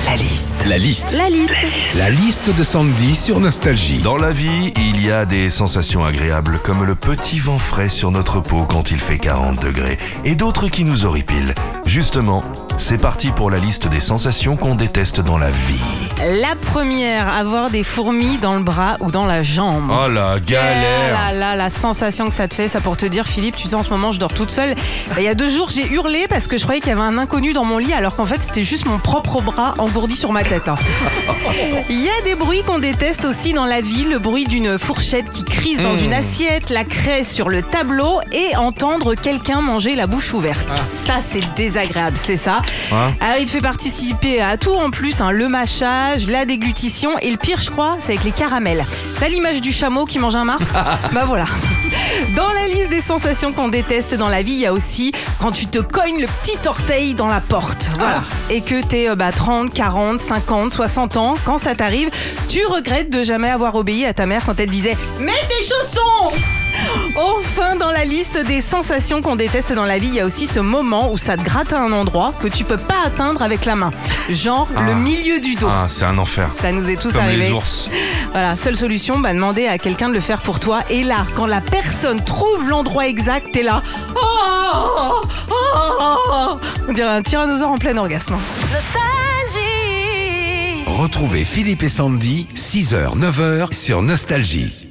La liste. La liste. La liste. La liste de Sandy sur Nostalgie. Dans la vie, il y a des sensations agréables comme le petit vent frais sur notre peau quand il fait 40 degrés et d'autres qui nous horripilent. Justement, c'est parti pour la liste des sensations qu'on déteste dans la vie. La première, avoir des fourmis dans le bras ou dans la jambe. Oh la galère! La sensation que ça te fait, ça pour te dire, Philippe, tu sais, en ce moment, je dors toute seule. Il y a 2 jours, j'ai hurlé parce que je croyais qu'il y avait un inconnu dans mon lit, alors qu'en fait, c'était juste mon propre bras engourdi sur ma tête. Il y a des bruits qu'on déteste aussi dans la vie, le bruit d'une fourchette qui crise dans une assiette, la craie sur le tableau et entendre quelqu'un manger la bouche ouverte. Ça, c'est désagréable, c'est ça. Alors, il te fait participer à tout en plus, le mâchage, la déglutition et le pire, je crois, c'est avec les caramels. T'as l'image du chameau qui mange un mars? Bah voilà. Dans la liste des sensations qu'on déteste dans la vie, il y a aussi quand tu te cognes le petit orteil dans la porte. Voilà. Et que t'es 30, 40, 50, 60 ans, quand ça t'arrive, tu regrettes de jamais avoir obéi à ta mère quand elle disait « Mets tes chaussons !» Enfin, dans la liste des sensations qu'on déteste dans la vie, il y a aussi ce moment où ça te gratte à un endroit que tu peux pas atteindre avec la main. Genre le milieu du dos. Ah, c'est un enfer. Ça nous est tous Comme arrivé. les ours. Voilà, seule solution, demander à quelqu'un de le faire pour toi. Et là, quand la personne trouve l'endroit exact, t'es là. On dirait un tyrannosaure en plein orgasme. Nostalgie. Retrouvez Philippe et Sandy, 6h, 9h sur Nostalgie.